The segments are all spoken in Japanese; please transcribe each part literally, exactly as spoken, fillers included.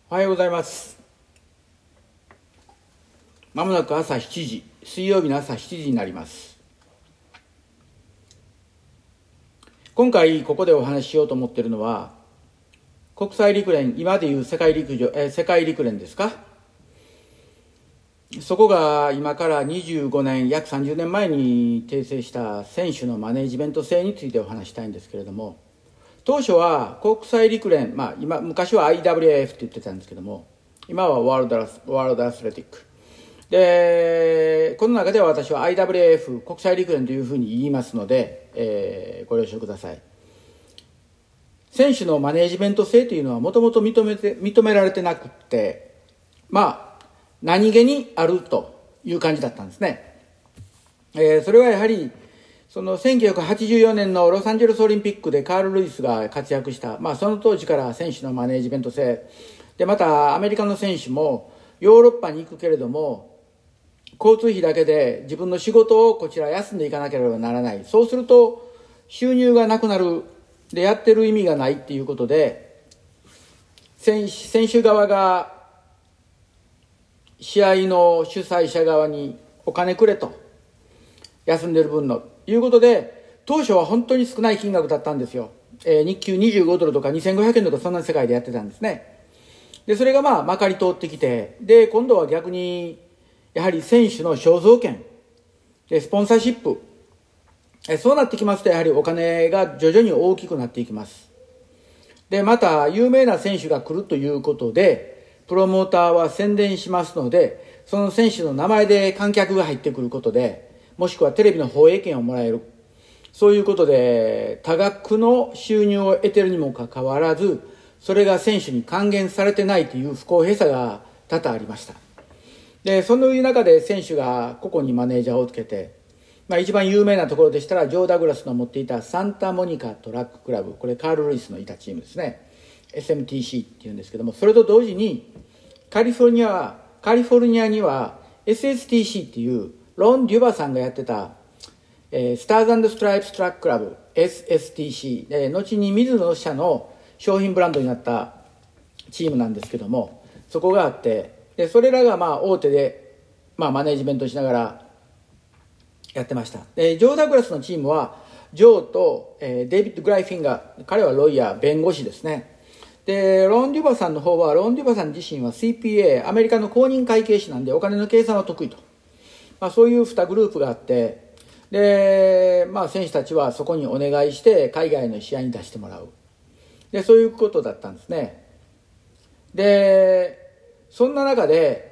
おはようございます。まもなく朝しちじ、水曜日の朝しちじになります。今回ここでお話ししようと思っているのは、国際陸連、今でいう世界陸上、えー、世界陸連ですか。そこが今からにじゅうごねん、約さんじゅうねんまえに訂正した選手のマネジメント制についてお話したいんですけれども、当初は国際陸連、まあ、今昔は アイダブリューエーエフ って言ってたんですけども、今はワールドアス、ワールドアスレティックで、この中では私は アイダブリューエーエフ 国際陸連というふうに言いますので、えー、ご了承ください。選手のマネジメント制というのはもともと認めて認められてなくって、まあ何気にあるという感じだったんですね。えー、それはやはりそのせんきゅうひゃくはちじゅうよねんのロサンゼルスオリンピックでカール・ルイスが活躍した、まあ、その当時から選手のマネジメント制で、またアメリカの選手もヨーロッパに行くけれども交通費だけで自分の仕事をこちら休んでいかなければならない。そうすると収入がなくなる。で、やってる意味がないっていうことで、選手、選手側が試合の主催者側にお金くれと、休んでる分のいうことで、当初は本当に少ない金額だったんですよ。えー、日給にじゅうごドルとかにせんごひゃくえんとかそんな世界でやってたんですね。で、それがまあまかり通ってきて、で、今度は逆にやはり選手の肖像権でスポンサーシップ、えそうなってきますとやはりお金が徐々に大きくなっていきます。で、また有名な選手が来るということでプロモーターは宣伝しますので、その選手の名前で観客が入ってくることで、もしくはテレビの放映権をもらえる、そういうことで多額の収入を得ているにもかかわらず、それが選手に還元されてないという不公平さが多々ありました。で、そのいう中で選手が個々にマネージャーをつけて、まあ、一番有名なところでしたらジョー・ダグラスの持っていたサンタモニカトラッククラブ、これカール・ルイスのいたチームですね。 エスエムティーシー っていうんですけども、それと同時にカリフォルニアはカリフォルニアには エスエスティーシー っていうロン・デュバさんがやってた、えー、スターズ&ストライプストラッククラブ エスエスティーシー で、後にミズノ社の商品ブランドになったチームなんですけども、そこがあって、でそれらがまあ大手で、まあ、マネジメントしながらやってました。でジョー・ダグラスのチームはジョーと、えー、デイビッド・グライフィンガー、彼はロイヤー、弁護士ですね。でロン・デュバさんの方は、ロン・デュバさん自身は シーピーエー、 アメリカの公認会計士なんでお金の計算は得意と、まあ、そういうにグループがあって、で、まあ、選手たちはそこにお願いして海外の試合に出してもらう。でそういうことだったんですね。でそんな中で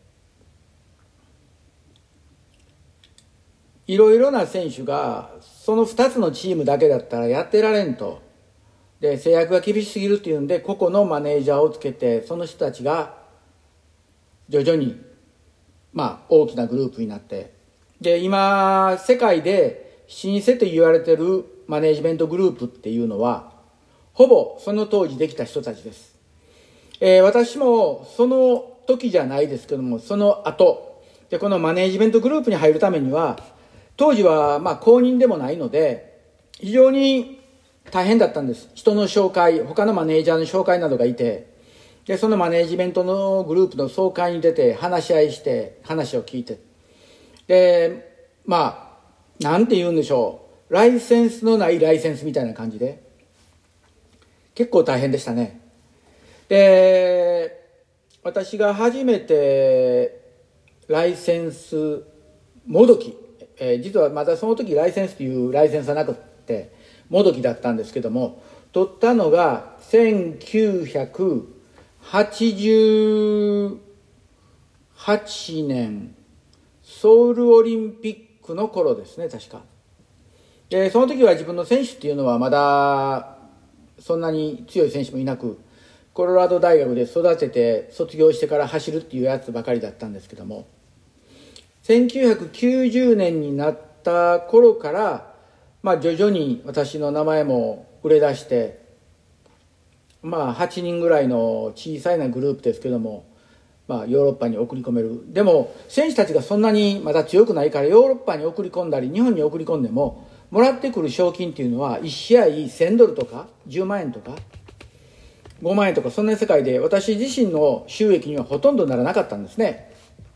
いろいろな選手がそのふたつのチームだけだったらやってられんと、で制約が厳しすぎるっていうんで個々のマネージャーをつけて、その人たちが徐々にまあ大きなグループになって、で今世界で老舗と言われてるマネジメントグループっていうのはほぼその当時できた人たちです。えー、私もその時じゃないですけども、その後でこのマネジメントグループに入るためには、当時はまあ公認でもないので非常に大変だったんです。人の紹介、他のマネージャーの紹介などがいて、でそのマネジメントのグループの総会に出て話し合いして話を聞いて、でまあなんて言うんでしょう、ライセンスのないライセンスみたいな感じで結構大変でしたね。で私が初めてライセンスもどき、えー、実はまだその時ライセンスというライセンスはなくってもどきだったんですけども、取ったのがせんきゅうひゃくはちじゅうはちねんソウルオリンピックの頃ですね、確か。でその時は自分の選手っていうのはまだそんなに強い選手もいなく、コロラド大学で育てて卒業してから走るっていうやつばかりだったんですけども、せんきゅうひゃくきゅうじゅうねんになった頃から、まあ、徐々に私の名前も売れ出して、まあ、はちにんぐらいの小さいなグループですけども、まあ、ヨーロッパに送り込める。でも選手たちがそんなにまだ強くないから、ヨーロッパに送り込んだり日本に送り込んでももらってくる賞金っていうのはいち試合せんドルとかじゅうまんえんとか、 ごまんえんとかそんな世界で、私自身の収益にはほとんどならなかったんですね。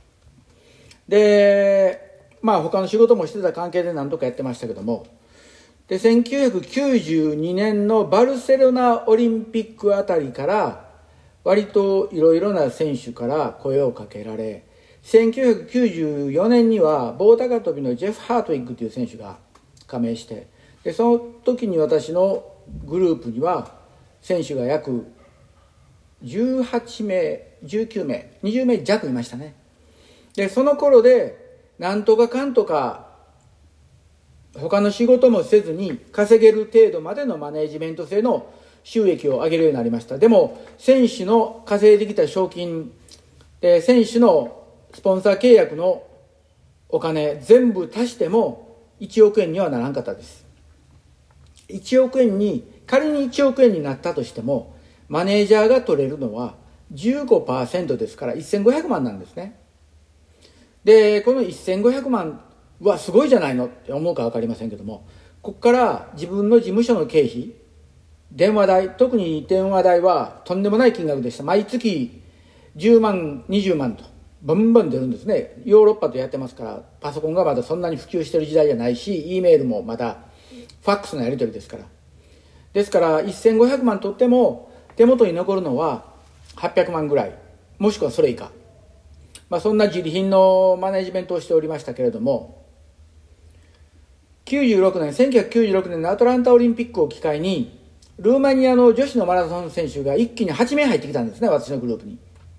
でまあ他の仕事もしてた関係で何とかやってましたけども、でせんきゅうひゃくきゅうじゅうにねんのバルセロナオリンピックあたりから割といろいろな選手から声をかけられ、せんきゅうひゃくきゅうじゅうよねんには棒高跳びのジェフ・ハートウィッグという選手が加盟して、でその時に私のグループには選手が約じゅうはちめいじゅうきゅうめいにじゅうめい弱いましたね。でその頃でなんとかかんとか他の仕事もせずに稼げる程度までのマネージメント制の収益を上げるようになりました。でも選手の稼いできた賞金で選手のスポンサー契約のお金全部足してもいちおくえんにはならんかったです。いちおくえんに仮にいちおくえんになったとしてもマネージャーが取れるのは じゅうごパーセント ですからせんごひゃくまんなんですね。でこのせんごひゃくまんはすごいじゃないのって思うか分かりませんけども、ここから自分の事務所の経費、電話代、特に電話代はとんでもない金額でした。毎月じゅうまんにじゅうまんとバンバン出るんですね。ヨーロッパとやってますから、パソコンがまだそんなに普及してる時代じゃないし、Eメールもまだファックスのやり取りですから、ですからせんごひゃくまん取っても手元に残るのははっぴゃくまんぐらい、もしくはそれ以下、まあ、そんな自利品のマネジメントをしておりましたけれども、きゅうじゅうろくねんせんきゅうひゃくきゅうじゅうろくねんのアトランタオリンピックを機会にルーマニアの女子のマラソン選手が一気にはちめい入ってきたんですね、私のグループに。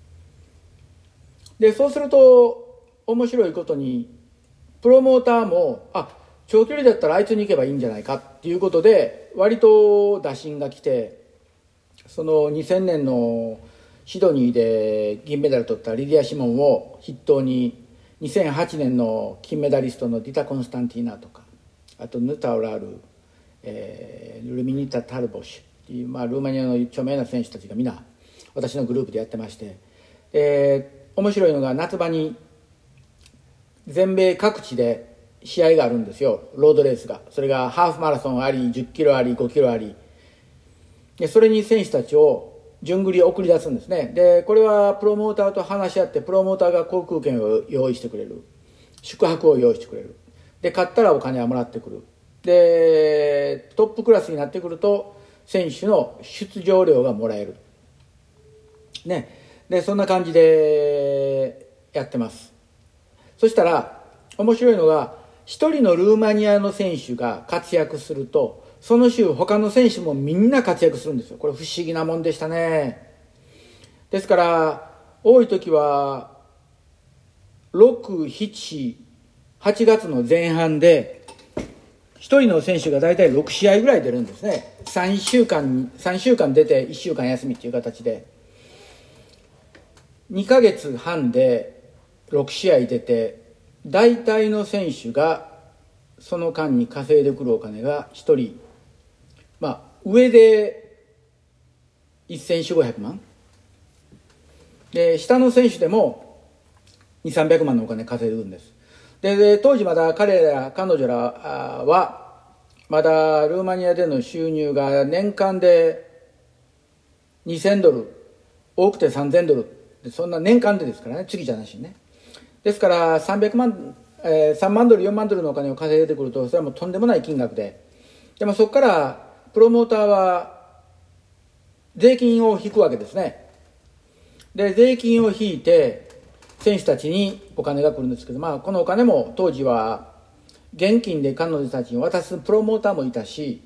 でそうすると面白いことにプロモーターもあ長距離だったらあいつに行けばいいんじゃないかっていうことで割と打診が来て、そのにせんねんのシドニーで銀メダル取ったリディア・シモンを筆頭ににせんはちねんの金メダリストのディタ・コンスタンティーナとか、あとヌタウラール、えー、ルミニタ・タルボシュっていう、まあ、ルーマニアの著名な選手たちが皆私のグループでやってまして、えー、面白いのが夏場に全米各地で試合があるんですよ、ロードレースが。それがハーフマラソンありじゅっキロありごキロありで、それに選手たちを順繰り送り出すんですね。でこれはプロモーターと話し合って、プロモーターが航空券を用意してくれる、宿泊を用意してくれる、で勝ったらお金はもらってくる、でトップクラスになってくると選手の出場料がもらえるね。でそんな感じでやってます。そしたら面白いのが、一人のルーマニアの選手が活躍するとその週他の選手もみんな活躍するんですよ。これ不思議なもんでしたね。ですから多い時はろく、しち、はちがつの前半で一人の選手が大体ろくしあいぐらい出るんですね。さんしゅうかんさんしゅうかん出ていっしゅうかん休みっていう形でにかげつはんでろくしあい出て、大体の選手がその間に稼いでくるお金がひとり、まあ上でせんよんひゃくごひゃくまんで、下の選手でもにせんさんびゃくまんのお金稼いでるんです。でで当時まだ彼ら彼女らはまだルーマニアでの収入が年間でにせんドル、多くてさんぜんドル、そんな年間でですからね、月じゃなしにね。ですからさんびゃくまん、えー、さんまんドルよんまんドルのお金を稼いでくると、それはもうとんでもない金額で、でもそこからプロモーターは税金を引くわけですね。で税金を引いて選手たちにお金が来るんですけど、まあ、このお金も当時は現金で彼女たちに渡すプロモーターもいたし、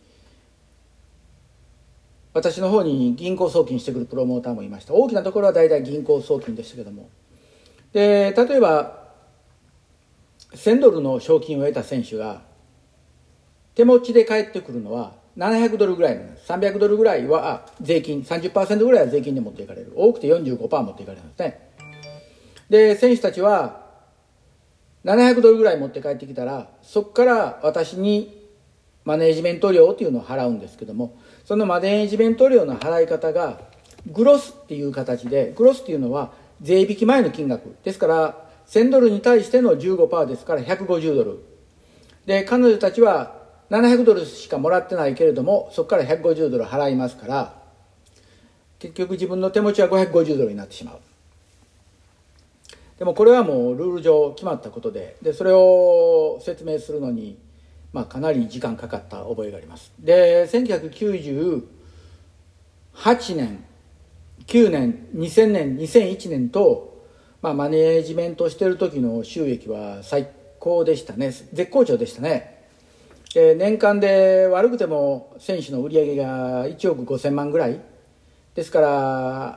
私の方に銀行送金してくるプロモーターもいました。大きなところは大体銀行送金でしたけども、で例えばせんドルの賞金を得た選手が手持ちで帰ってくるのはななひゃくドルぐらいなんです。さんびゃくドルぐらいは税金 さんじゅっパーセント ぐらいは税金で持っていかれる。多くて よんじゅうごパーセント 持っていかれるんですね。で選手たちはななひゃくドルぐらい持って帰ってきたら、そこから私にマネージメント料っていうのを払うんですけども、そのマネージメント料の払い方がグロスっていう形で、グロスっていうのは税引き前の金額ですから、せんドルに対しての じゅうごパーセント ですからひゃくごじゅうドルで、彼女たちはななひゃくドルしかもらってないけれどもそこからひゃくごじゅうドル払いますから、 結局自分の手持ちはごひゃくごじゅうドルになってしまう。でもこれはもうルール上決まったことで、でそれを説明するのに、まあ、かなり時間かかった覚えがあります。でせんきゅうひゃくきゅうじゅうはちねんきゅうねんにせんねんにせんいちねんと、まあ、マネージメントしてる時の収益は最高でしたね。絶好調でしたね。で年間で悪くても選手の売り上げがいちおくごせんまんぐらいですから、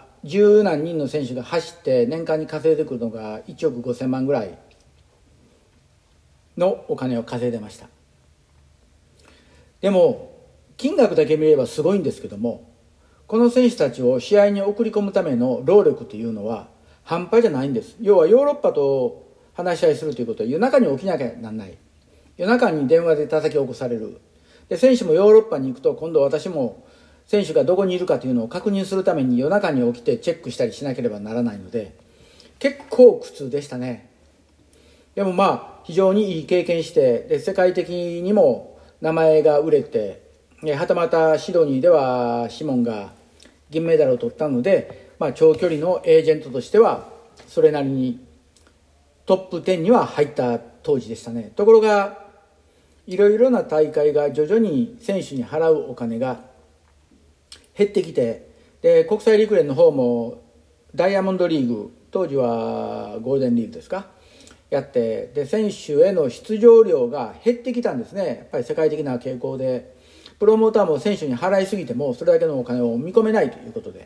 十何人の選手が走って年間に稼いでくるのがいちおくごせんまんぐらいのお金を稼いでました。でも金額だけ見ればすごいんですけども、この選手たちを試合に送り込むための労力というのは半端じゃないんです。要はヨーロッパと話し合いするということは夜中に起きなきゃなんない。夜中に電話で叩き起こされる。で選手もヨーロッパに行くと、今度私も選手がどこにいるかというのを確認するために夜中に起きてチェックしたりしなければならないので、結構苦痛でしたね。でもまあ非常にいい経験して、で世界的にも名前が売れて、はたまたシドニーではシモンが銀メダルを取ったので、まあ、長距離のエージェントとしてはそれなりにトップじゅうには入った当時でしたね。ところがいろいろな大会が徐々に選手に払うお金が減ってきて、で国際陸連の方もダイヤモンドリーグ、当時はゴールデンリーグですか、やって、で選手への出場料が減ってきたんですね。やっぱり世界的な傾向で、プロモーターも選手に払いすぎてもそれだけのお金を見込めないということで、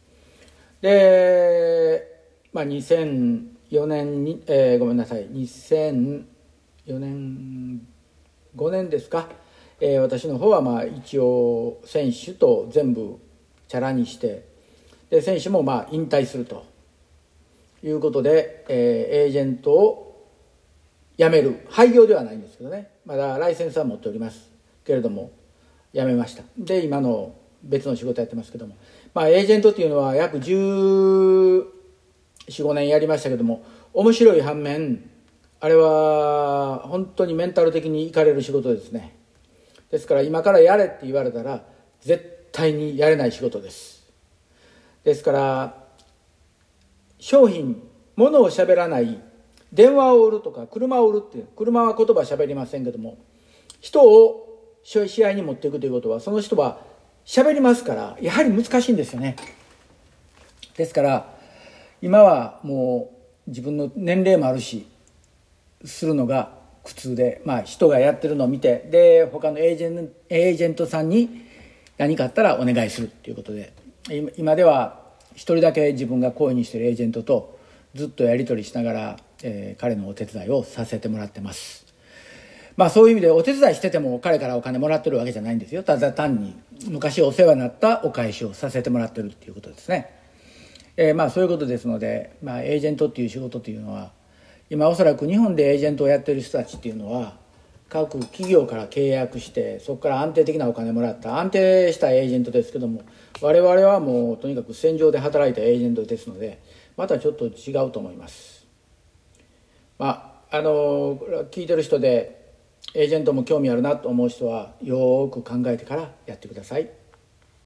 で、まあ、にせんよねんに、えー、ごめんなさいにせんよねんごねんですか、えー、私の方はまあ一応選手と全部チャラにして、で選手もまあ引退するということで、えー、エージェントを辞める、廃業ではないんですけどね、まだライセンスは持っておりますけれども辞めました。で今の別の仕事やってますけども、まあ、エージェントっていうのは約じゅうよん、ごねんやりましたけども、面白い反面あれは本当にメンタル的にいかれる仕事ですね。ですから今からやれって言われたら絶対にやれない仕事です。ですから商品、物を喋らない、電話を売るとか車を売るっていう、車は言葉喋りませんけども、人を試合に持っていくということは、その人は喋りますから、やはり難しいんですよね。ですから今はもう自分の年齢もあるしするのが苦痛で、まあ人がやってるのを見て、で他のエージェント、エージェントさんに何かあったらお願いするっていうことで、今では一人だけ自分が懇意にしているエージェントとずっとやり取りしながら、えー、彼のお手伝いをさせてもらってます。まあそういう意味でお手伝いしてても彼からお金もらってるわけじゃないんですよ。ただ単に昔お世話になったお返しをさせてもらってるっていうことですね。えー、まあそういうことですので、まあ、エージェントっていう仕事というのは、今おそらく日本でエージェントをやってる人たちっていうのは各企業から契約してそこから安定的なお金もらった安定したエージェントですけども、我々はもうとにかく戦場で働いたエージェントですのでまたちょっと違うと思います。まああの聞いてる人でエージェントも興味あるなと思う人はよーく考えてからやってください。